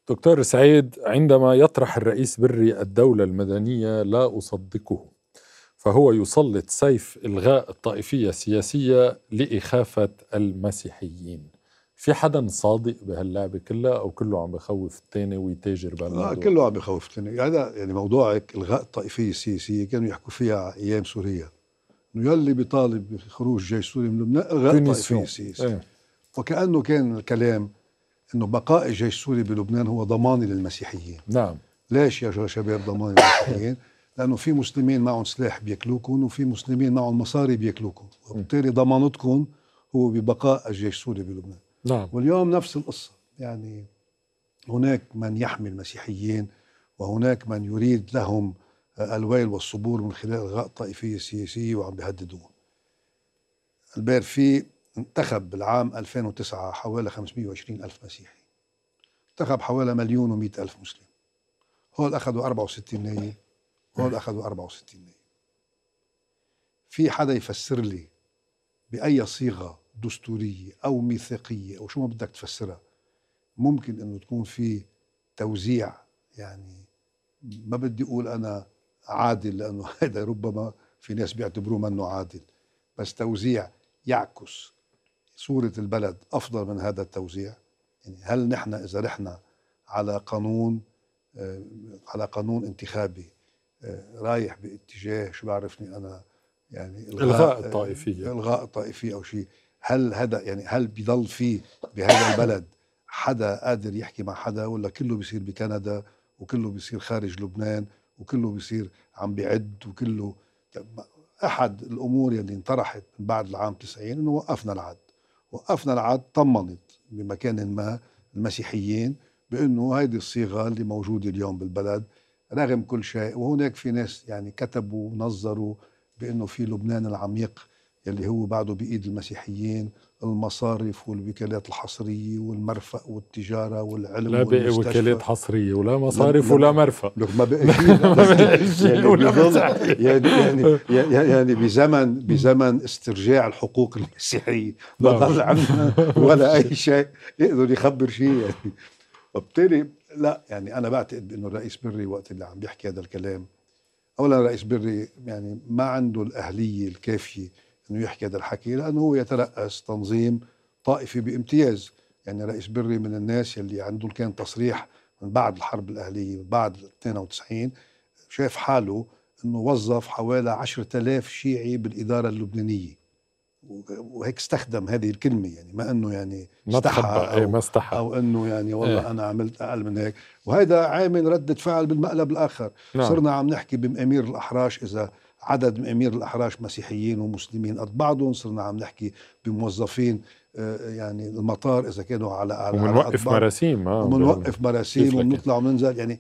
دكتور سعيد، عندما يطرح الرئيس بري الدولة المدنية لا أصدقه، فهو يسلط سيف إلغاء الطائفية السياسية لإخافة المسيحيين. في حدا صادق بهاللعبة كلها أو كله عم بخوف التاني ويتاجر بهالموضوع؟ كله عم بخوفتني. يعني موضوعك الغاء الطائفيه السياسيه كانوا يحكوا فيها ايام سوريا، انه يلي بيطالب بخروج جيش سوري من لبنان الغاء الطائفيه السياسيه. ايه. وكانه كان الكلام انه بقاء الجيش السوري بلبنان هو ضمان للمسيحيين. نعم. ليش يا شباب ضمان للمسيحيين؟ لانه في مسلمين معهم سلاح بياكلوكم وفي مسلمين معهم مصاري بياكلوكم، وبالتالي ضمانتكم هو ببقاء الجيش السوري بلبنان. نعم. واليوم نفس القصه، يعني هناك من يحمي المسيحيين وهناك من يريد لهم الويل والصبور من خلال إلغاء الطائفية السياسية وعم بيهددوهم. البير في انتخب بالعام 2009 حوالي 520 ألف مسيحي، انتخب حوالي 1,100,000 مسلم. هول أخذوا 64 نايب وهول أخذوا 64 نايب. في حدا يفسر لي بأي صيغة دستورية أو ميثاقية أو شو ما بدك تفسرها ممكن أنه تكون في توزيع، يعني ما بدي أقول أنا عادل لأنه هذا ربما في ناس بيعتبروه منه عادل، بس توزيع يعكس صورة البلد أفضل من هذا التوزيع؟ يعني هل نحن إذا رحنا على قانون انتخابي رايح باتجاه شو بعرفني أنا، يعني إلغاء الطائفية أو شيء، هل هذا يعني هل بيضل في بهذا البلد حدا قادر يحكي مع حدا، ولا كله بيصير بكندا وكله بيصير خارج لبنان وكله بيصير عم بيعد وكله؟ أحد الأمور اللي انطرحت من بعد العام 90 إنه وقفنا العد طمنت بمكان ما المسيحيين بأنه هيدي الصيغة اللي موجودة اليوم بالبلد رغم كل شيء. وهناك في ناس يعني كتبوا ونظروا بأنه في لبنان العميق اللي هو بعده بإيد المسيحيين، المصارف والوكالات الحصرية والمرفأ والتجارة والعلم لا بقي والمستشفى، وكالات حصرية ولا مصارف ولا مرفأ. ما بقي يعني بزمن استرجاع الحقوق المسيحية ما ضل عندنا ولا أي شيء يقدر يخبر شيء يعني. وبالتالي لا، يعني أنا بعتقد بأنه الرئيس بري وقت اللي عم بيحكي هذا الكلام، أولا الرئيس بري يعني ما عنده الأهلية الكافية أنه يحكي هذا الحكي، لأنه هو يترأس تنظيم طائفي بامتياز. يعني رئيس بري من الناس اللي عنده كان تصريح من بعد الحرب الأهلية من بعد 92 شاف حاله أنه وظف حوالي 10,000 شيعي بالإدارة اللبنانية، وهيك استخدم هذه الكلمة، يعني ما أنه يعني استحى أو أنه يعني والله أنا عملت أقل من هيك. وهذا عامل ردة فعل بالمقلب الآخر. نعم. صرنا عم نحكي بمأمير الأحراش، إذا عدد مأمير الأحراش مسيحيين ومسلمين قد بعضهم، صرنا عم نحكي بموظفين يعني المطار إذا كانوا على ومنوقف مراسيم ومنوقف مراسيم ومنطلع ومننزل. يعني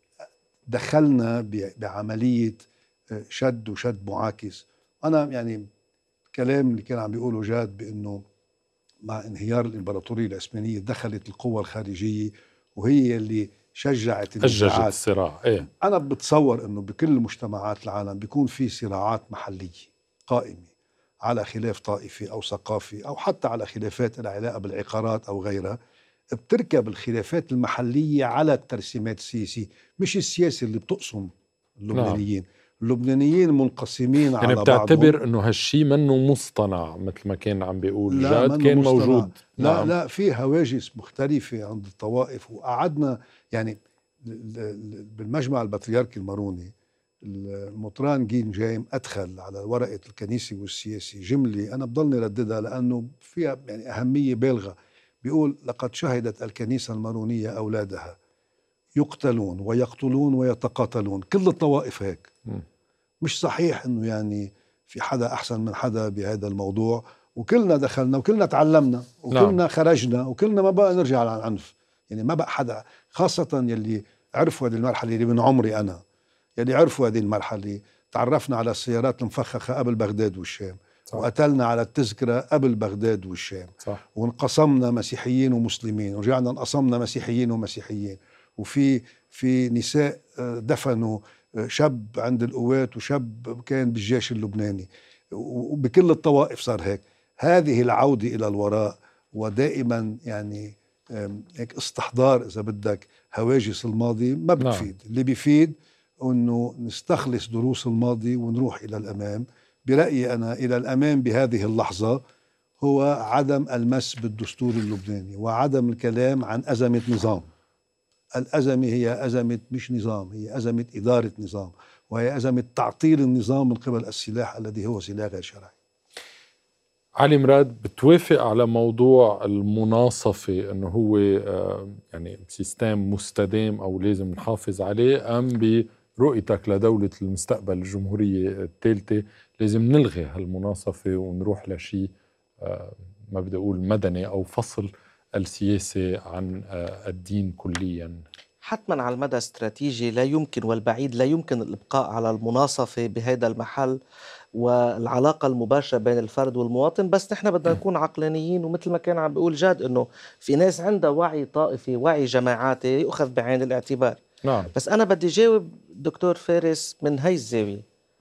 دخلنا بعملية شد معاكس. أنا يعني الكلام اللي كان عم بيقوله جاد بأنه مع انهيار الإمبراطورية العثمانية دخلت القوى الخارجية وهي اللي شجعت الصراع. أنا بتصور أنه بكل مجتمعات العالم بيكون في صراعات محلية قائمة على خلاف طائفي أو ثقافي أو حتى على خلافات العلاقة بالعقارات أو غيرها، بتركب الخلافات المحلية على الترسيمات السياسية، مش السياسة اللي بتقسم اللبنانيين. نعم. اللبنانيين منقسمين يعني على بعضهم. بتعتبر انه هالشي منه مصطنع مثل ما كان عم بيقول جاد، كان موجود. لا لا، في هواجس مختلفة عند الطوائف. وقعدنا يعني بالمجمع البطريركي الماروني المطران جين جايم أدخل على ورقة الكنيسة والسياسي جملة أنا بضلني رددها لأنه فيها يعني أهمية بالغة. بيقول: لقد شهدت الكنيسة المارونية أولادها يقتلون ويقتلون ويتقاتلون، كل الطوائف هيك. مش صحيح انه يعني في حدا احسن من حدا بهذا الموضوع، وكلنا دخلنا وكلنا تعلمنا وكلنا نعم. خرجنا وكلنا ما بقى نرجع على العنف. يعني ما بقى حدا، خاصة يلي عرفوا هذه المرحلة اللي من عمري أنا، يلي عرفوا هذه المرحلة. تعرفنا على السيارات المفخخة قبل بغداد والشام، صح. وقتلنا على التذكرة قبل بغداد والشام، صح. وانقسمنا مسيحيين ومسلمين، ورجعنا انقسمنا مسيحيين ومسيحيين. في نساء دفنوا شاب عند القوات وشاب كان بالجيش اللبناني، وبكل الطوائف صار هيك. هذه العودة إلى الوراء ودائما يعني هيك استحضار إذا بدك هواجس الماضي ما نعم. بتفيد. اللي بيفيد أنه نستخلص دروس الماضي ونروح إلى الأمام. برأيي أنا إلى الأمام بهذه اللحظة هو عدم المس بالدستور اللبناني وعدم الكلام عن أزمة نظام. الأزمة هي أزمة مش نظام، هي أزمة إدارة نظام، وهي أزمة تعطيل النظام من قبل السلاح الذي هو سلاح غير شرعي. علي مراد، بتوافق على موضوع المناصفة أنه هو يعني سيستم مستدام أو لازم نحافظ عليه، أم برؤيتك لدولة المستقبل الجمهورية الثالثة لازم نلغي هالمناصفة ونروح لشيء ما بدي أقول مدني أو فصل السياسة عن الدين كليا؟ حتما على المدى الاستراتيجي لا يمكن والبعيد لا يمكن الإبقاء على المناصفة بهذا المحل والعلاقة المباشرة بين الفرد والمواطن. بس نحن بدنا نكون عقلانيين، ومثل ما كان عم بيقول جاد إنه في ناس عندها وعي طائفي، وعي جماعاتي يؤخذ بعين الاعتبار. نعم. بس أنا بدي جاوب دكتور فارس من هاي الزاوية.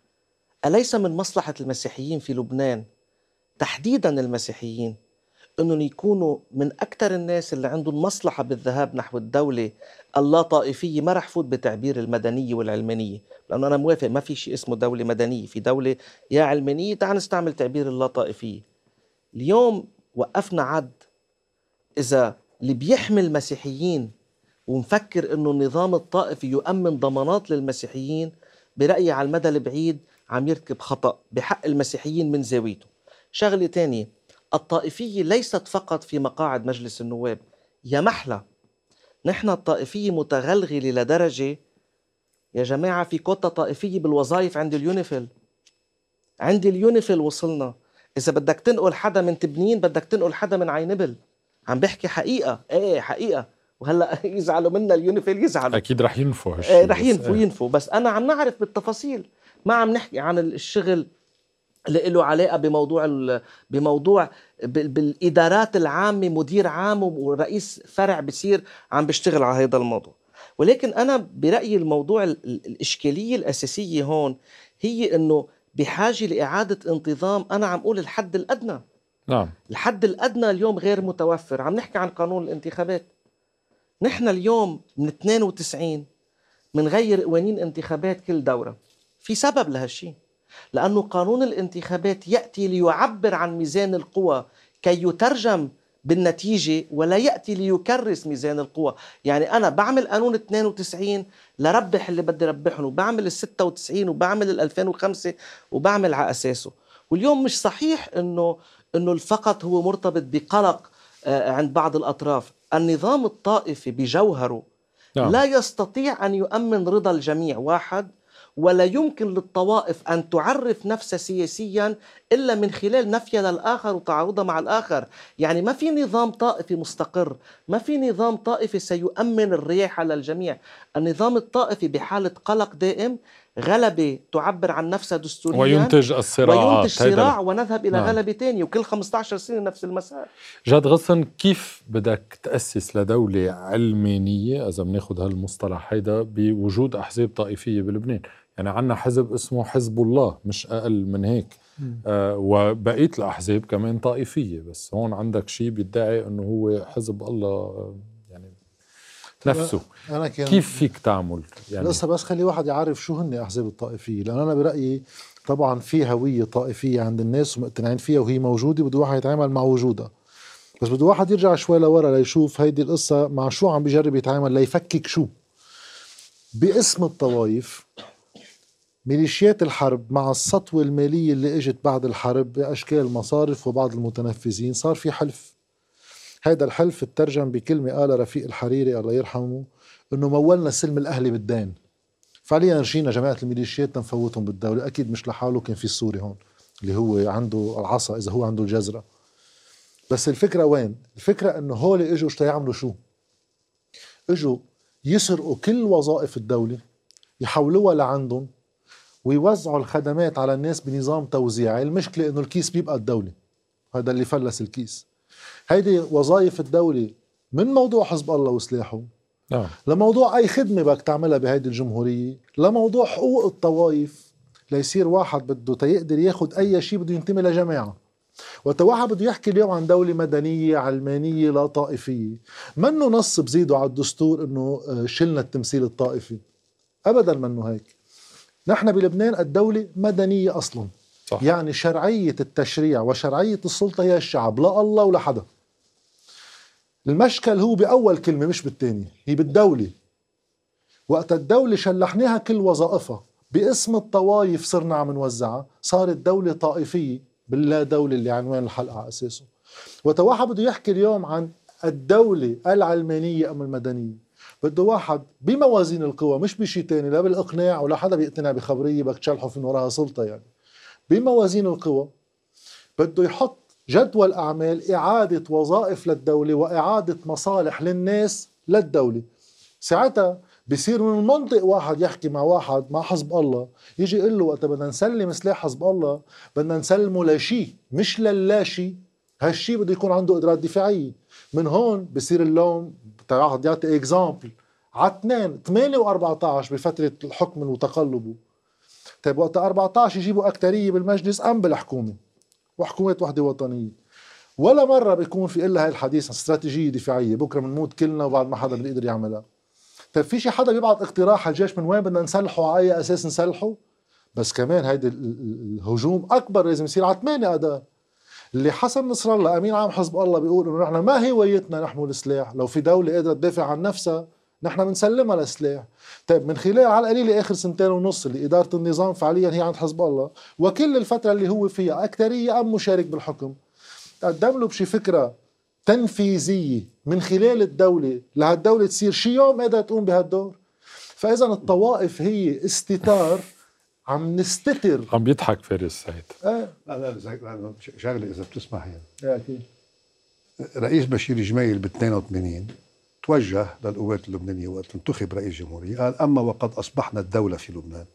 أليس من مصلحة المسيحيين في لبنان تحديدا المسيحيين أنهم يكونوا من أكثر الناس اللي عندهم مصلحة بالذهاب نحو الدولة اللا طائفية؟ ما رح فوت بتعبير المدنية والعلمانية، لأنه أنا موافق ما في شيء اسمه دولة مدنية، في دولة يا علمانية. تعال نستعمل تعبير اللا طائفية. اليوم وقفنا عد إذا اللي بيحمي المسيحيين ومفكر أنه النظام الطائفي يؤمن ضمانات للمسيحيين، برأيي على المدى البعيد عم يركب خطأ بحق المسيحيين من زاويته. شغلة تانية، الطائفية ليست فقط في مقاعد مجلس النواب. يا محلى، نحن الطائفية متغلغلة لدرجة يا جماعة في كوتا طائفية بالوظائف عند اليونيفيل. عند اليونيفيل وصلنا، إذا بدك تنقل حدا من تبنين بدك تنقل حدا من عينبل. عم بحكي حقيقة، ايه حقيقة. وهلا يزعلوا منا اليونيفيل، يزعلوا أكيد رح ينفوا هالشيء. رح ينفوا بس أنا عم نعرف بالتفاصيل، ما عم نحكي عن الشغل اللي له علاقة بموضوع بالإدارات العامة، مدير عام ورئيس فرع بصير عم بيشتغل على هذا الموضوع. ولكن أنا برأيي الموضوع الإشكالية الأساسية هون هي أنه بحاجة لإعادة انتظام. أنا عم أقول الحد الأدنى. نعم. الحد الأدنى اليوم غير متوفر. عم نحكي عن قانون الانتخابات. نحن اليوم من 92 منغير قوانين انتخابات كل دورة. في سبب لهالشي، لأنه قانون الانتخابات يأتي ليعبر عن ميزان القوى كي يترجم بالنتيجة، ولا يأتي ليكرس ميزان القوى. يعني أنا بعمل قانون 92 لربح اللي بدي ربحهم، وبعمل 96 وبعمل 2005 وبعمل على أساسه. واليوم مش صحيح إنه فقط هو مرتبط بقلق عند بعض الأطراف. النظام الطائفي بجوهره لا يستطيع أن يؤمن رضا الجميع، واحد، ولا يمكن للطوائف أن تعرف نفسها سياسيا إلا من خلال نفيها للآخر وتعارضها مع الآخر. يعني ما في نظام طائفي مستقر، ما في نظام طائفي سيؤمن الرياحة للجميع. النظام الطائفي بحالة قلق دائم، غلبة تعبر عن نفسها دستوريا وينتج الصراعات، وينتج صراع ونذهب إلى غلبة تانية، وكل 15 سنة نفس المسار. جاد غصن، كيف بدك تأسس لدولة علمانية إذا بناخد هالمصطلح هيدا بوجود أحزاب طائفية بلبنان؟ يعني عنا حزب اسمه حزب الله، مش أقل من هيك. وبقية الأحزاب كمان طائفية، بس هون عندك شيء بيدعي أنه هو حزب الله يعني نفسه. كيف فيك تعمل؟ يعني بس خلي واحد يعرف شو هن أحزاب الطائفية، لأن أنا برأيي طبعا في هوية طائفية عند الناس ومقتنعين فيها وهي موجودة، بده واحد يتعامل مع وجودها. بس بده واحد يرجع شوي لورا ليشوف هيدي القصة مع شو عم بيجرب يتعامل، ليفكك شو باسم الطوائف. ميليشيات الحرب مع السطوة المالية اللي اجت بعد الحرب بأشكال المصارف وبعض المتنفذين، صار في حلف. هذا الحلف اترجم بكلمة قال رفيق الحريري الله يرحمه، انه مولنا السلم الاهلي بالدين. فعليا رجينا جماعة الميليشيات نفوتهم بالدولة، اكيد مش لحاله، كان في السوري هون اللي هو عنده العصا اذا هو عنده الجزرة. بس الفكرة وين؟ الفكرة انه هول اجوا يعملوا شو؟ اجوا يسرقوا كل وظائف الدولة، يحولوها لعندهم، ويوزعوا الخدمات على الناس بنظام توزيعي. المشكلة انه الكيس بيبقى الدولة، هذا اللي فلس الكيس. هيدي وظائف الدولة، من موضوع حزب الله وسلاحه لموضوع اي خدمة بدك تعملها بهيدي الجمهورية، لموضوع حقوق الطوائف، ليصير واحد بده تيقدر ياخد اي شيء بده ينتمي لجماعة. وقت واحد بده يحكي اليوم عن دولة مدنية علمانية لا طائفية، منه نص بزيده على الدستور انه شلنا التمثيل الطائفي، ابدا منه هيك. نحن بلبنان الدولة مدنية اصلا، صح. يعني شرعية التشريع وشرعية السلطة هي الشعب، لا الله ولا حدا. المشكل هو بأول كلمة مش بالتانية، هي بالدولة. وقت الدولة شلحناها كل وظائفها باسم الطوائف صرنا عم نوزعها، صارت دولة طائفية باللا دولة اللي عنوان الحلقة على أساسه. وقت واحد بده يحكي اليوم عن الدولة العلمانية أم المدنية، بده واحد بموازين القوى، مش بشي تاني، لا بالإقناع ولا حدا بيقتنع بخبرية بدك تشلحوا في وراها سلطة. يعني بموازين القوى بده يحط جدول أعمال إعادة وظائف للدولة وإعادة مصالح للناس للدولة. ساعتها بصير من المنطق واحد يحكي مع واحد مع حزب الله، يجي يقول له وقت بدنا نسلم سلاح حزب الله بدنا نسلمه لشيء مش للاشي، هالشيء بده يكون عنده قدرات دفاعية. من هون بصير اللوم واحد يعطي اكزامبل على 8 و14 بفترة الحكم وتقلبه. طيب وقت 14 يجيبوا أكترية بالمجلس أم بالحكومة وحكومة وحدة وطنية، ولا مرة بيكون في إلا هاي الحديث عن استراتيجية دفاعية، بكرة بنموت كلنا وبعد ما حدا بيقدر يعملها. طيب في شي حدا بيبعت اقتراح على الجيش من وين بدنا نسلحه على أي أساس نسلحه؟ بس كمان هيدا الهجوم أكبر لازم يصير على 8 أداة. اللي حسن نصر الله أمين عام حزب الله بيقول إنه نحن ما هوايتنا نحمل سلاح، لو في دولة قادرة تدافع عن نفسها نحن بنسلمها للسلاح. طيب من خلال على القليلة آخر 2.5 اللي إدارة النظام فعليا هي عند حزب الله، وكل الفترة اللي هو فيها أكترية أم مشارك بالحكم، قدم له بشي فكرة تنفيذية من خلال الدولة لهالدولة تصير شي يوم قادرة تقوم بهالدور. فإذا الطوائف هي استتار، عم نستتر. عم بيضحك فارس سعيد. لا شغله اذا بتسمح يعني. أكيد. رئيس بشير جميل ب 82 توجه للقوات اللبنانيه وقت انتخب رئيس جمهوريه، قال اما وقد اصبحنا الدوله في لبنان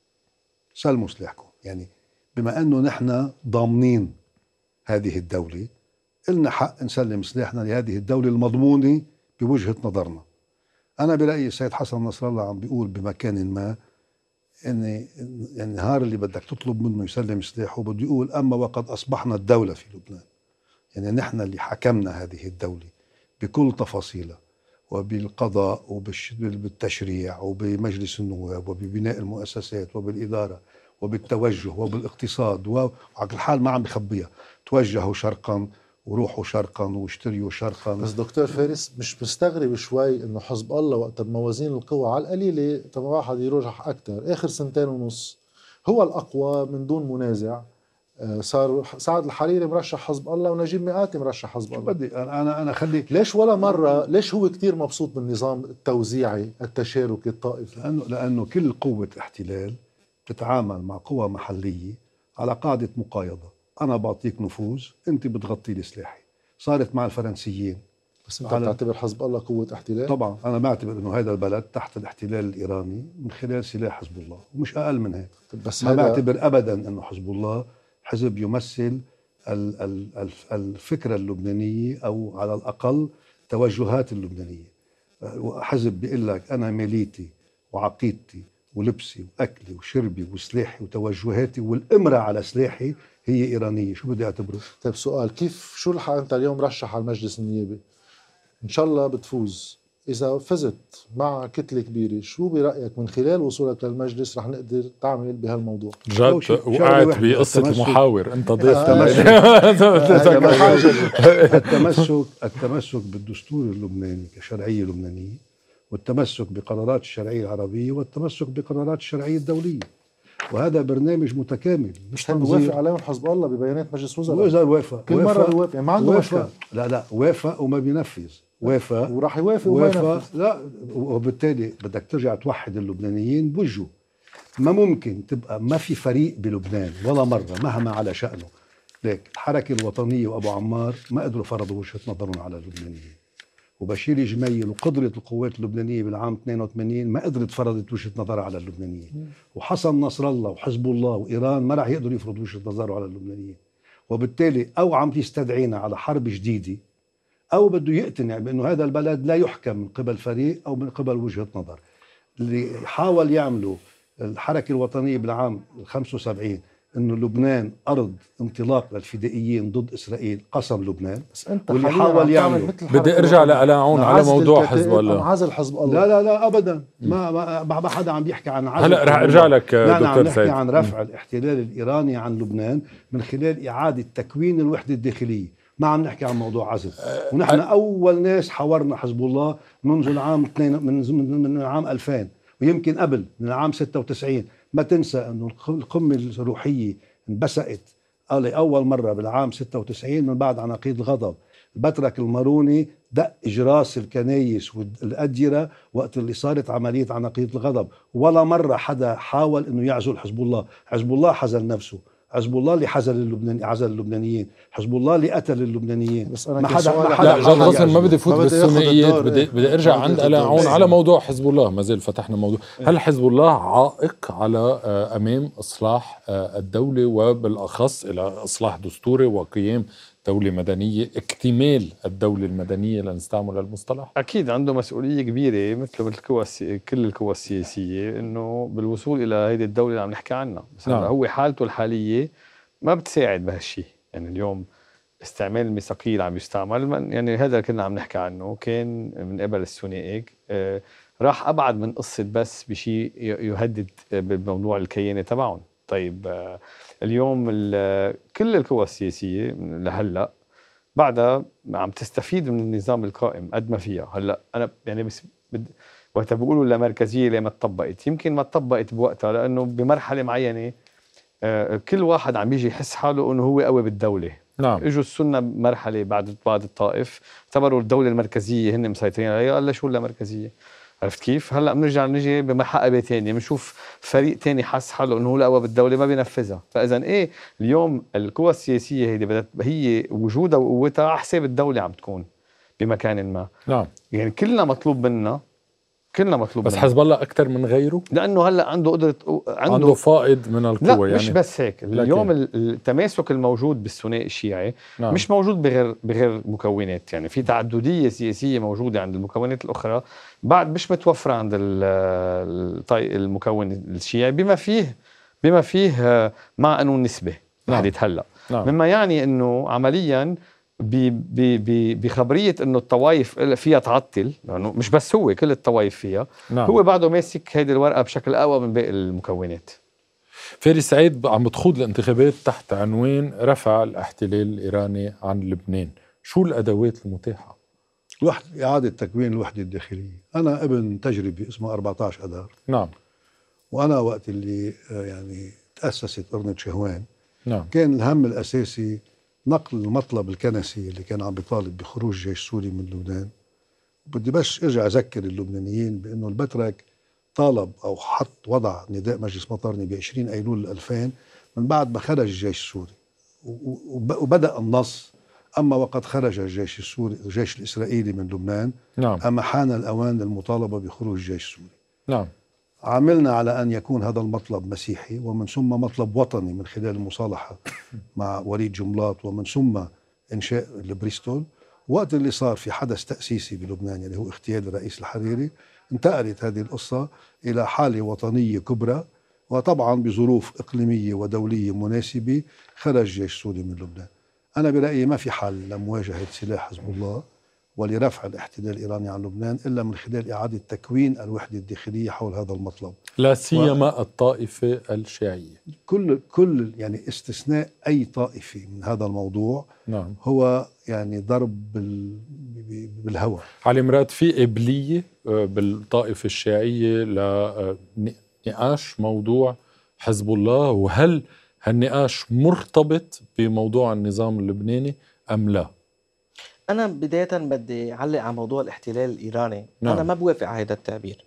سلموا سلاحكم. يعني بما انه نحن ضامنين هذه الدوله إلنا حق نسلم سلاحنا لهذه الدوله المضمونه بوجهه نظرنا. انا برايي السيد حسن نصر الله عم بيقول بمكان ما ان يعني النهار اللي بدك تطلب منه يسلم سلاحه بده يقول اما وقد اصبحنا الدوله في لبنان، يعني نحن اللي حكمنا هذه الدوله بكل تفاصيلها وبالقضاء وبالتشريع وبمجلس النواب وببناء المؤسسات وبالاداره وبالتوجه وبالاقتصاد وعلى الحال ما عم بخبيها. توجهوا شرقا وروحوا شرقا واشتريوا شرقا. بس دكتور فارس مش مستغرب شوي انه حزب الله وقت بموازين القوى على القليله طبعا واحد يرجح اكثر اخر 2.5 هو الاقوى من دون منازع. صار سعد الحريري مرشح حزب الله ونجيب مئاتي مرشح حزب الله. بدي انا خلي ليش ولا مره ليش هو كتير مبسوط بالنظام التوزيعي التشاركي الطائفي؟ لانه كل قوه احتلال تتعامل مع قوى محليه على قاعده مقايضه، انا بعطيك نفوذ انت بتغطي لي سلاحي. صارت مع الفرنسيين. بس انت بتعتبر حزب الله قوه احتلال؟ طبعا انا بعتبر انه هذا البلد تحت الاحتلال الايراني من خلال سلاح حزب الله ومش اقل من هيك. بس ما بعتبر ابدا انه حزب الله حزب يمثل الفكره اللبنانيه او على الاقل توجهات اللبنانيه. حزب بيقول لك انا ميليتي وعقيدتي ولبسي واكلي وشربي وسلاحي وتوجهاتي والامره على سلاحي هي ايرانيه. شو بدي اعتبره؟ طيب سؤال، كيف شو الحق انت اليوم مرشح على المجلس النيابي ان شاء الله بتفوز، اذا فزت مع كتله كبيره شو برايك من خلال وصولك للمجلس رح نقدر تعمل بهالموضوع؟ جد وقعت بقصه المحاور انت ضيف التمسك بالدستور اللبناني كشرعيه لبنانيه، والتمسك بقرارات الشرعيه العربيه، والتمسك بقرارات الشرعيه الدوليه. وهذا برنامج متكامل. مش بيوافق عليهم حزب الله ببيانات مجلس وزراء؟ وإذا وافق كل مرة بيوافق، يعني ما عنده مشكلة. لا وافق وما بينفذ. وافق وراح يوافق وما ينفذ. لا، وبالتالي بدك ترجع توحد اللبنانيين بوجهه. ما ممكن تبقى ما في فريق بلبنان ولا مرة مهما على شأنه. ليك الحركة الوطنية وأبو عمار ما قدروا فرضوا وجهة نظرهم على اللبنانيين، وبشير جميل وقدرة القوات اللبنانية بالعام 82 ما قدرت فرضت وجهة نظرها على اللبنانيين، وحسن نصر الله وحزب الله وإيران ما راح يقدروا يفرضوا وجهة نظرهم على اللبنانيين. وبالتالي أو عم يستدعينا على حرب جديدة أو بده يقتنع بأنه هذا البلد لا يحكم من قبل فريق أو من قبل وجهة نظر. اللي حاول يعملوا الحركة الوطنية بالعام 75 انه لبنان ارض انطلاق للفدائيين ضد اسرائيل، قسم لبنان. بس انت واللي حاليا حاول عم تعمل يعمله. مثل بدي حركة ارجع الوطن. لقلاعون على عزل موضوع الكتائب حزب أم الله. عزل حزب الله. لا ابدا، ما حدا عم بيحكي عن عزل. هلا رح حزب ارجع الله. لك نحن عم دكتور نحكي سيد. عن رفع الاحتلال الايراني عن لبنان من خلال اعاده تكوين الوحده الداخليه، ما عم نحكي عن موضوع عزل. ونحن اول ناس حاورنا حزب الله منذ العام من العام 2000 ويمكن قبل، من العام 96. ما تنسى انه القمه الروحيه انبثقت أول مرة بالعام 96 من بعد عناقيد الغضب. البترك الماروني دق إجراس الكنايس والأديرة وقت اللي صارت عملية عناقيد الغضب، ولا مرة حدا حاول إنه يعزل حزب الله. حزب الله حزل نفسه، حزب الله اللي عزل اللبنانيين، حزب الله اللي قتل اللبنانيين. بس أنا ما حدا لا جاد غصن ما بدي فوت ما بدي ياخد بالثنائيات، الدور. بدي ارجع عند قلاعون على موضوع حزب الله. ما زال فتحنا موضوع. هل حزب الله عائق على امام اصلاح الدوله، وبالاخص الى اصلاح دستوري وقيام دولة مدنية، اكتمال الدولة المدنية لنستعمل المصطلح؟ أكيد عنده مسؤولية كبيرة مثل كل القوى السياسية، إنه بالوصول إلى هذه الدولة اللي عم نحكي عنها. بس نعم. هو حالته الحالية ما بتساعد بهالشيء. يعني اليوم استعمال الميثاقيل عم يستعمل، يعني هذا اللي كنا عم نحكي عنه كان من قبل الثنائي. راح أبعد من قصة بس بشيء يهدد بموضوع الكيانة تبعهم. طيب اليوم كل القوى السياسية لهلأ بعدها عم تستفيد من النظام القائم قد ما فيها. هلا انا يعني بس وقت بيقولوا اللامركزيه ليه ما تطبقت، يمكن ما تطبقت بوقتها لانه بمرحله معينه كل واحد عم يجي يحس حاله انه هو قوي بالدوله. نعم. اجوا السنه مرحله بعد الطائف اعتبروا الدوله المركزيه هن مسيطرين عليها. قال شو اللامركزيه؟ عرفت كيف؟ هلا بنرجع نجي بمحقبه ثانيه، بنشوف فريق ثاني حس حاله انه هو القوي بالدوله ما بينفذها. فاذا ايه اليوم القوى السياسيه هي وجودها وقوتها على حساب الدوله عم تكون بمكان ما. نعم. يعني كلنا مطلوب منا بس حزب الله اكثر من غيره، لانه هلا عنده قدره، عنده فائض من القوه. لا يعني مش بس هيك. اليوم التماسك الموجود بالثنائي الشيعي نعم. مش موجود بغير مكونات. يعني في تعدديه سياسيه موجوده عند المكونات الاخرى بعد مش متوفره عند المكون الشيعي، بما فيه مع قانون نسبه لحديت هلا. نعم. مما يعني انه عمليا بخبرية انه الطوائف فيها تعطل، لانه مش بس هو كل الطوائف فيها. نعم. هو بعده ماسك هيدي الورقة بشكل اقوى من باقي المكونات. فارس سعيد عم بتخوض الانتخابات تحت عنوان رفع الاحتلال الإيراني عن لبنان، شو الأدوات المتاحة؟ إعادة تكوين الوحدة الداخلية. أنا ابن تجربة اسمها 14 أذار. نعم. وأنا وقت اللي يعني تأسست قرنة شهوان نعم. كان الهم الأساسي نقل المطلب الكنسي اللي كان عم بيطالب بخروج جيش سوري من لبنان. بدي بس ارجع اذكر اللبنانيين بانه البترك طالب او وضع نداء مجلس مطرني ب 20 ايلول 2000 من بعد ما خرج الجيش السوري، وبدا النص: اما وقد خرج الجيش السوري الجيش الاسرائيلي من لبنان، نعم. اما حان الاوان للمطالبه بخروج الجيش السوري. نعم. عملنا على أن يكون هذا المطلب مسيحي، ومن ثم مطلب وطني من خلال المصالحة مع وليد جملاط، ومن ثم إنشاء البريستول. وقت اللي صار في حدث تأسيسي بلبنان اللي هو اغتيال الرئيس الحريري، انتقلت هذه القصة إلى حالة وطنية كبرى، وطبعا بظروف إقليمية ودولية مناسبة خرج جيش سوري من لبنان. أنا برأيي ما في حل لمواجهة سلاح حزب الله ولرفع الاحتلال الإيراني عن لبنان إلا من خلال إعادة تكوين الوحدة الداخلية حول هذا المطلب، لا سيما الطائفة الشيعية. كل يعني استثناء أي طائفة من هذا الموضوع. نعم. هو يعني ضرب بالهوى. علي مراد، في قبلية بالطائفة الشيعية لنقاش موضوع حزب الله؟ وهل هالنقاش مرتبط بموضوع النظام اللبناني أم لا؟ أنا بداية بدي أعلق على موضوع الاحتلال الإيراني. نعم. أنا ما بوافق على هذا التعبير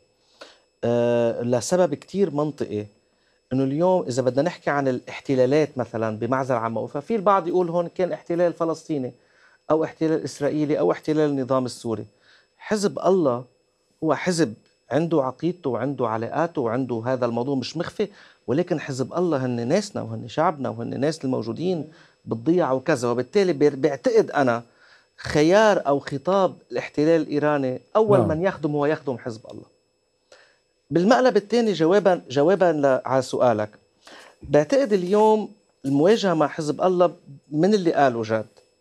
لسبب كتير منطقي. إنه اليوم إذا بدنا نحكي عن الاحتلالات مثلا بمعزل عن موقفها، في البعض يقول هون كان احتلال فلسطيني أو احتلال إسرائيلي أو احتلال النظام السوري. حزب الله هو حزب عنده عقيدته وعنده علاقاته وعنده هذا الموضوع مش مخفي، ولكن حزب الله هن ناسنا وهن شعبنا وهن ناس الموجودين بالضيعة وكذا. وبالتالي بعتقد أنا خيار أو خطاب الاحتلال الإيراني أول نعم. من يخدم هو يخدم حزب الله. بالمقلب الثاني جوابا على سؤالك، بعتقد اليوم المواجهة مع حزب الله من اللي قاله جاد.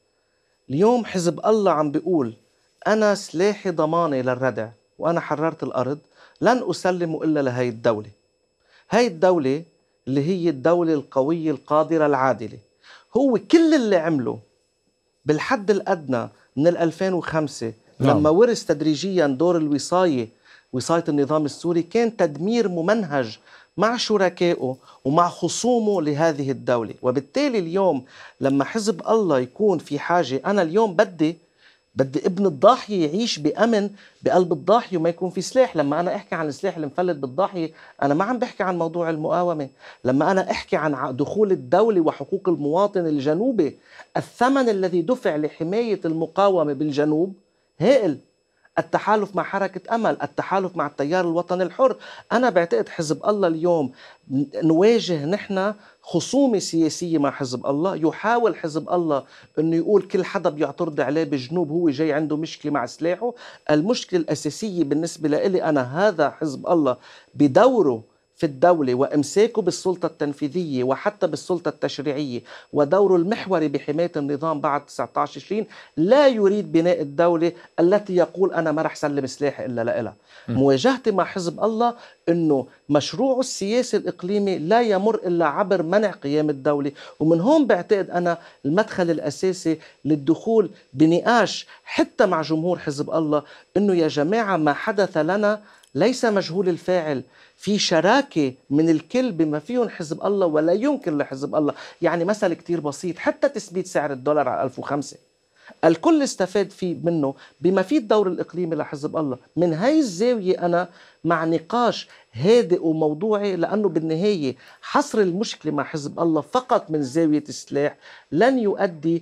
اليوم حزب الله عم بيقول أنا سلاحي ضماني للردع وأنا حررت الأرض لن أسلمه إلا لهي الدولة. هاي الدولة اللي هي الدولة القوية القادرة العادلة. هو كل اللي عمله بالحد الأدنى من 2005 لما ورث تدريجيا دور الوصاية، وصاية النظام السوري، كان تدمير ممنهج مع شركائه ومع خصومه لهذه الدولة. وبالتالي اليوم لما حزب الله يكون في حاجة، أنا اليوم بدي ابن الضاحية يعيش بأمن بقلب الضاحية وما يكون في سلاح. لما أنا أحكي عن السلاح المفلت بالضاحية أنا ما عم بحكي عن موضوع المقاومة. لما أنا أحكي عن دخول الدولة وحقوق المواطن الجنوبي، الثمن الذي دفع لحماية المقاومة بالجنوب هائل. التحالف مع حركة أمل، التحالف مع التيار الوطني الحر. أنا بعتقد حزب الله اليوم نواجه نحن خصومة سياسية مع حزب الله. يحاول حزب الله أنه يقول كل حدا بيعترض عليه بالجنوب هو جاي عنده مشكلة مع سلاحه. المشكلة الأساسية بالنسبة لي أنا هذا حزب الله بدوره في الدولة وإمساكه بالسلطة التنفيذية وحتى بالسلطة التشريعية ودوره المحوري بحماية النظام بعد 19 تشرين لا يريد بناء الدولة التي يقول أنا ما رح سلم سلاحي إلا لإلها. مواجهتي مع حزب الله أنه مشروعه السياسي الإقليمي لا يمر إلا عبر منع قيام الدولة. ومن هون بعتقد أنا المدخل الأساسي للدخول بنقاش حتى مع جمهور حزب الله أنه يا جماعة ما حدث لنا ليس مجهول الفاعل، في شراكة من الكل بما فيهم حزب الله ولا يمكن لحزب الله. يعني مثل كتير بسيط، حتى تثبيت سعر الدولار على 1005 الكل استفاد فيه منه بما فيه الدور الإقليمي لحزب الله. من هاي الزاوية أنا مع نقاش هادئ وموضوعي، لأنه بالنهاية حصر المشكلة مع حزب الله فقط من زاوية السلاح لن يؤدي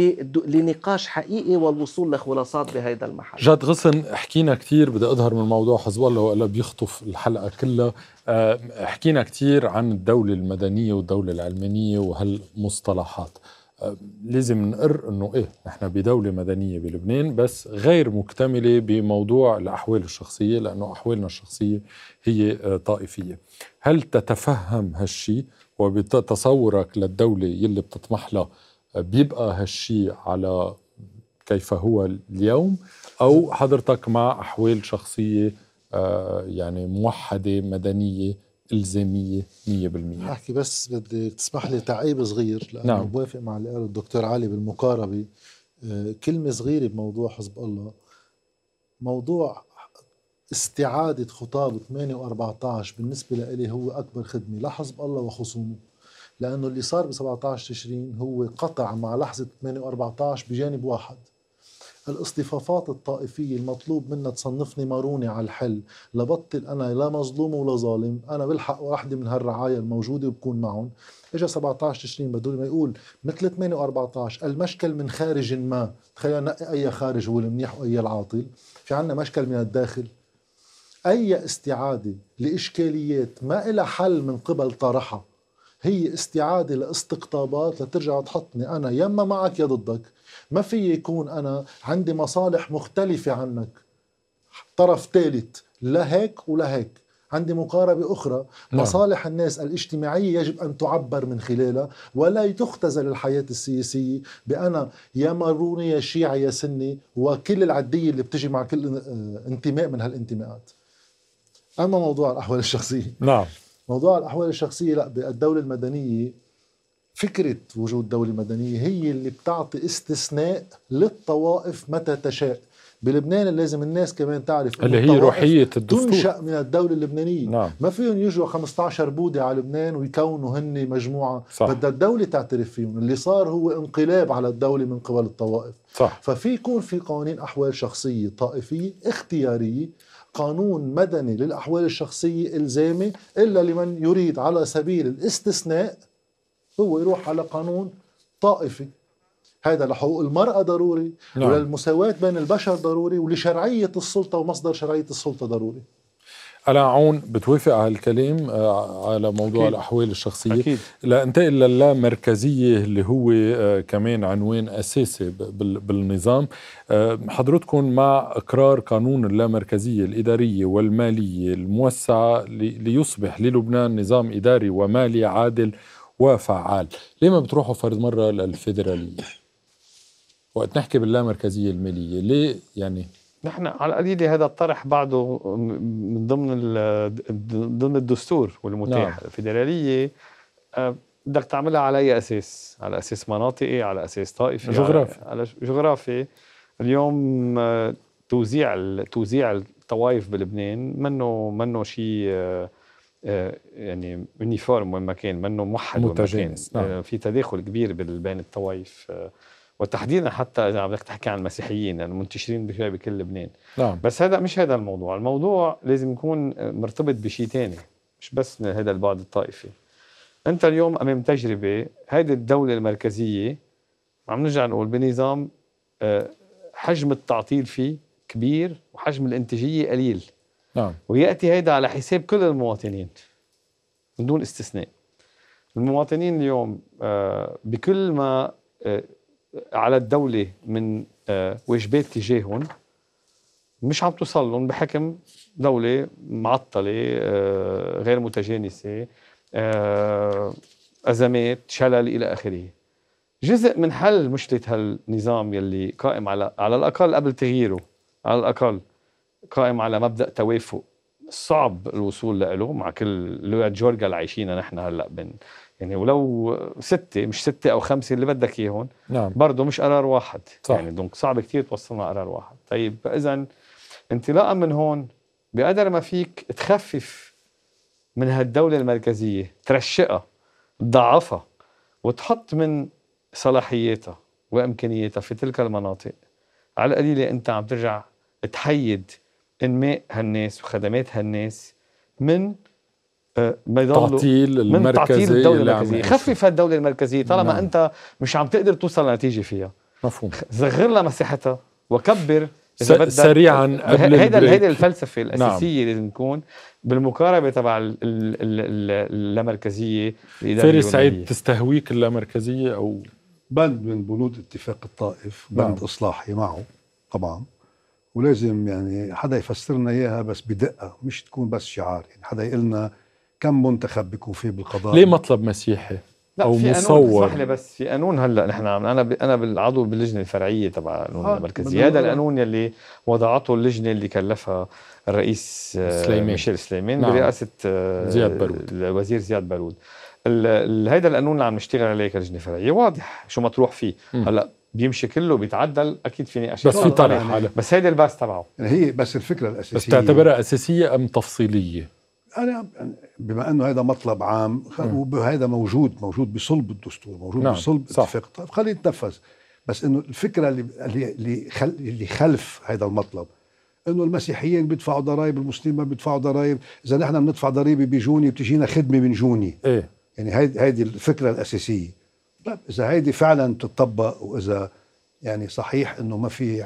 لنقاش حقيقي والوصول لخلاصات بهذا المحل. جاد غصن، حكينا كتير، بدي أظهر من موضوع حزب الله وإلا بيخطف الحلقة كلها. حكينا كتير عن الدولة المدنية والدولة العلمانية وهالمصطلحات. لازم نقر انه ايه، نحن بدولة مدنية بلبنان بس غير مكتملة بموضوع الاحوال الشخصية، لانه احوالنا الشخصية هي طائفية. هل تتفهم هالشي وبتصورك للدولة يلي بتطمح لها بيبقى هالشي على كيف هو اليوم، او حضرتك مع احوال شخصية يعني موحدة مدنية إلزامية 100%؟ أحكي بس بدي تسمح لي تعقيب صغير، لأنه نعم. موافق مع اللي قاله الدكتور علي بالمقاربة. كلمة صغيرة بموضوع حزب الله، موضوع استعادة خطاب 8 و14 بالنسبة لي هو أكبر خدمة لحزب الله وخصومه، لأنه اللي صار ب 17 تشرين هو قطع مع لحظة 8 و14 بجانب واحد. الاصطفافات الطائفية المطلوب منها تصنفني ماروني على الحل، لبطل أنا لا مظلوم ولا ظالم، أنا بلحق واحدة من هالرعاية الموجودة وبكون معهم. إجا 17 تشرين بدون ما يقول مثل 8 و14 المشكل من خارج ما، تخيل نقي أي خارج هو المنيح وأي العاطل. في عنا مشكل من الداخل. أي استعادة لإشكاليات ما إلها حل من قبل طرحها هي استعادة لاستقطابات لترجع تحطني أنا يما معك يا ضدك. ما في يكون أنا عندي مصالح مختلفة عنك، طرف ثالث لا هيك ولا هيك، عندي مقاربة أخرى. مصالح الناس الاجتماعية يجب أن تعبر من خلالها ولا تختزل الحياة السياسية بأنا يا ماروني يا شيعي يا سني وكل العدية اللي بتجي مع كل انتماء من هالانتماءات. أما موضوع الأحوال الشخصية، نعم، موضوع الأحوال الشخصية لا، بالدولة المدنية فكرة وجود دولة مدنية هي اللي بتعطي استثناء للطوائف متى تشاء. بلبنان لازم الناس كمان تعرف اللي هي روحية الدستور تنشأ من الدولة اللبنانية. نعم. ما فيهم يجوا 15 بودة على لبنان ويكونوا هن مجموعة، بدها الدولة تعترف فيهم. اللي صار هو انقلاب على الدولة من قبل الطوائف. صح. ففي يكون في قوانين أحوال شخصية طائفية اختيارية، قانون مدني للأحوال الشخصية إلزامي إلا لمن يريد على سبيل الاستثناء هو يروح على قانون طائفي. هذا لحقوق المرأة ضروري. نعم. وللمساواة بين البشر ضروري، ولشرعية السلطة ومصدر شرعية السلطة ضروري. ألا عون بتوافق على الكلام على موضوع أكيد. الأحوال الشخصية. أكيد. لا انتقل للامركزية اللي هو كمان عنوان أساسي بالنظام. حضرتكم مع إقرار قانون اللامركزية الإدارية والمالية الموسعة ليصبح للبنان نظام إداري ومالي عادل وفعال. ليه ما بتروحوا فرد مرة للفيدرالية وقت نحكي باللامركزية المالية؟ ليه يعني؟ نحن على القليلة هذا الطرح بعده من ضمن الدستور والمتاح. نعم. الفيدرالية بدك تعملها على أي أساس؟ على أساس مناطقي، على أساس طائفي، جغرافي. على جغرافي. اليوم توزيع الطوائف بلبنان منه شيء يعني يونيفورم وين ما كان، منه موحد وين ما كان. نعم. في تداخل كبير بين الطوائف، وتحديدا حتى إذا عم بدك تحكي عن المسيحيين المنتشرين بكل لبنان. نعم. بس مش هذا الموضوع. الموضوع لازم يكون مرتبط بشيء تاني، مش بس هذا البعد الطائفي. أنت اليوم أمام تجربة، هذه الدولة المركزية عم نرجع نقول بنظام حجم التعطيل فيه كبير وحجم الانتاجية قليل. نعم. ويأتي هذا على حساب كل المواطنين من دون استثناء. المواطنين اليوم بكل ما على الدولة من واجبات تجاههم مش عم توصل لهم بحكم دولة معطلة، غير متجانسة، أزمات، شلل إلى آخره. جزء من حل مشكلة هالنظام يلي قائم على الأقل قبل تغييره، على الأقل قائم على مبدأ توافق صعب الوصول له مع كل لغة جورجا اللي عايشينها نحن هلأ يعني ولو 6 مش 6 أو 5 اللي بدك إياهم. نعم. برضه مش قرار واحد. صح. يعني دونك صعب كتير توصلنا قرار واحد. طيب إذن انطلاقا من هون بقدر ما فيك تخفف من هالدولة المركزية، ترشقها، تضعفها، وتحط من صلاحياتها وإمكانياتها في تلك المناطق، على القليلة أنت عم ترجع تحيد إنماء هالناس وخدمات هالناس من تعطيل الدولة المركزية. خفف هالدولة المركزية طالما نعم. أنت مش عم تقدر توصل لنتيجة فيها. مفهوم. صغر لها مساحتها وكبر سريعا قبل هيدا الفلسفة الأساسية. نعم. لازم تكون بالمقاربة تبع اللامركزية. فارس سعيد، تستهويك اللامركزية أو بند من بنود اتفاق الطائف، بند نعم. إصلاحي معه طبعا، ولازم يعني حدا يفسرنا إياها بس بدقة، مش تكون بس شعار. يعني حدا يقلنا كم منتخب بيكون فيه بالقضاء. ليه مطلب مسيحي أو في مصور؟ اسمح لي بس، في قانون هلا نحن انا بالعضو باللجنه الفرعيه تبع القانون المركزي. هذا القانون يلي وضعته اللجنه اللي كلفها الرئيس ميشيل سليمان. نعم. برئاسه زياد بارود، الوزير زياد بارود. هذا القانون اللي عم نشتغل عليه كلجنه فرعيه واضح شو مطروح فيه. هلا بيمشي كله بيتعدل، اكيد في نقاش، بس في طرح على، بس هيدا الباس تبعه. يعني هي بس الفكره الاساسيه. بس تعتبرها اساسيه ام تفصيليه؟ أنا بما أنه هذا مطلب عام وهذا موجود بصلب الدستور، موجود نعم. بصلب اتفاق الطائف، خليه يتنفذ. بس إنه الفكرة اللي خلف هذا المطلب إنه المسيحيين بيدفعوا ضرائب، المسلمين ما بيدفعوا ضرائب، إذا نحن بندفع ضريبة بجوني بتجينا خدمة من جوني. إيه؟ يعني هذه الفكرة الأساسية. طيب إذا هذه فعلا تطبق، وإذا يعني صحيح إنه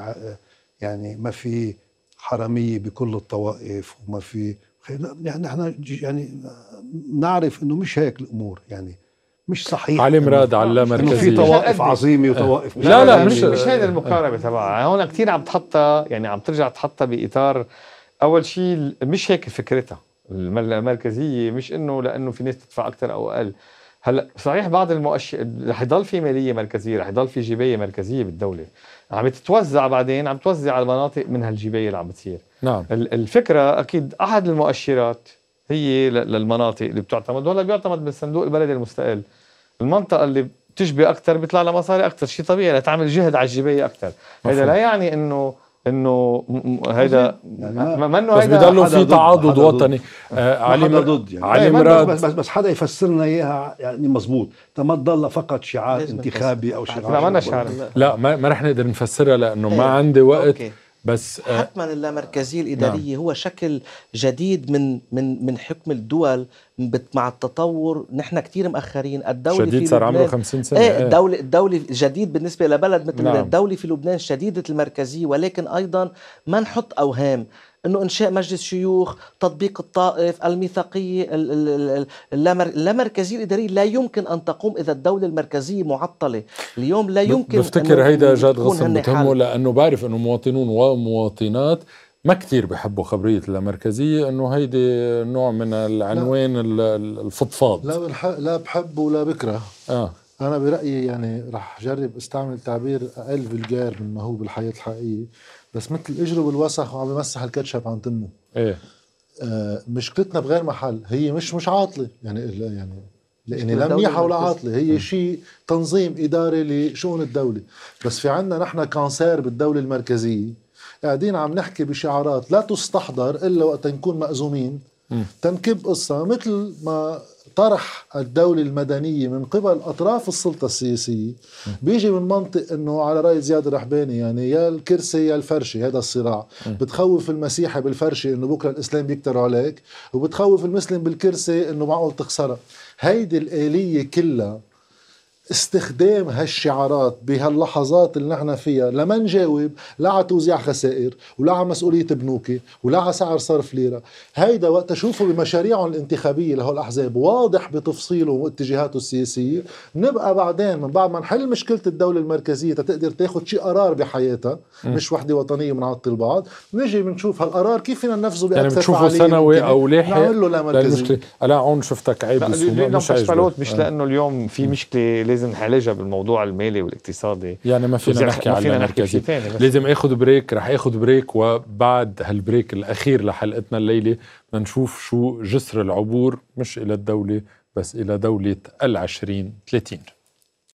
ما في حرامية بكل الطوائف وما في، يعني احنا يعني نعرف انه مش هيك الامور، يعني مش صحيح. علي مراد على اللامركزية في طوائف عظيمة وطوائف لا مش هيدا المقاربة تبعها. هون كتير عم تحطها، يعني عم ترجع تحطها بإطار أول شيء مش هيك فكرتها المركزية. مش إنه لأنه في ناس تدفع أكتر أو أقل. هلا صحيح بعض المؤشر رح يضل في مالية مركزية، رح يضل في جباية مركزية بالدولة عم تتوزع، بعدين عم توزع على المناطق من هالجباية اللي عم بتصير. نعم. الفكرة أكيد أحد المؤشرات هي للمناطق اللي بتعتمد، ولا بيعتمد بالصندوق البلدي المستقل. المنطقة اللي بتشبه أكتر بيطلع لها مصاري أكتر، شيء طبيعي، لتعمل جهد على الجباية أكتر. هذا لا يعني إنه هيدا منه، بس بيضلوا في تعاضد وطني. علي ضد يعني. علي مراد بس حدا يفسرنا اياها يعني مزبوط، ما تضل فقط شعار انتخابي او شعار. لا ما رح نقدر نفسرها لانه ما عندي وقت. أوكي. بس حتما اللامركزية الإدارية نعم. هو شكل جديد من حكم الدول مع التطور. نحن كتير مأخرين. الدولة شديد في صار عمره 50 سنة. الدولة جديد بالنسبة لبلد مثل نعم. الدولة في لبنان شديدة المركزية، ولكن أيضا ما نحط أوهام انه انشاء مجلس شيوخ، تطبيق الطائف، الميثاقيه، اللامركزيه الاداريه لا يمكن ان تقوم اذا الدوله المركزيه معطله. اليوم لا يمكن. بفتكر هيدا جاد غصن بتهمه، لانه بعرف انه مواطنون ومواطنات ما كتير بحبوا خبرية اللامركزية، انه هيدي نوع من العنوان الفضفاض. لا بحب ولا بكره. انا برأيي يعني رح جرب استعمل تعبير اقل فلجار من ما هو بالحياة الحقيقية، بس مثل اجره بالوسخ وعم يمسح الكاتشب عن تمه. ايه مشكلتنا بغير محل، هي مش عاطلة يعني لأني لا منيحة ولا عاطلة، هي شيء تنظيم إداري لشؤون الدولة. بس في عنا نحن كانسير بالدولة المركزية، قاعدين عم نحكي بشعارات لا تستحضر إلا وقت نكون مأزومين. تنكب قصة مثل ما طرح الدولة المدنية من قبل أطراف السلطة السياسية، بيجي من منطق أنه على رأي زياد الرحباني يعني يا الكرسي يا الفرشة. هذا الصراع بتخوف المسيحي بالفرشة أنه بكرة الإسلام بيكتروا عليك، وبتخوف المسلم بالكرسي أنه معقول تخسرها. هيدي الآلية كلها استخدام هالشعارات بهاللحظات اللي نحن فيها لما نجاوب لا على توزيع خسائر ولا على مسؤولية بنوكي ولا على سعر صرف ليرة. هيدا وقت تشوفوا بمشاريعهم الانتخابية لهول الأحزاب واضح بتفصيله واتجاهاته السياسية، نبقى بعدين من بعد ما نحل مشكلة الدولة المركزية تقدر تاخد شيء قرار بحياتها مش وحدة وطنية بنعطي البعض، نجي بنشوف هالقرار كيف فينا ننفذه بأكثر يعني بتشوفه سنوي أو لاحق نعمل له لا مركزية. ألا عون شفتك عيب مش لأنه اليوم في مشكلة لازم نعالجها بالموضوع المالي والاقتصادي، يعني ما فينا نحكي على المركزي. لازم اخذ بريك، رح اخذ بريك، وبعد هالبريك الاخير لحلقتنا الليله بدنا نشوف شو جسر العبور مش الى الدوله بس الى دولة 2030.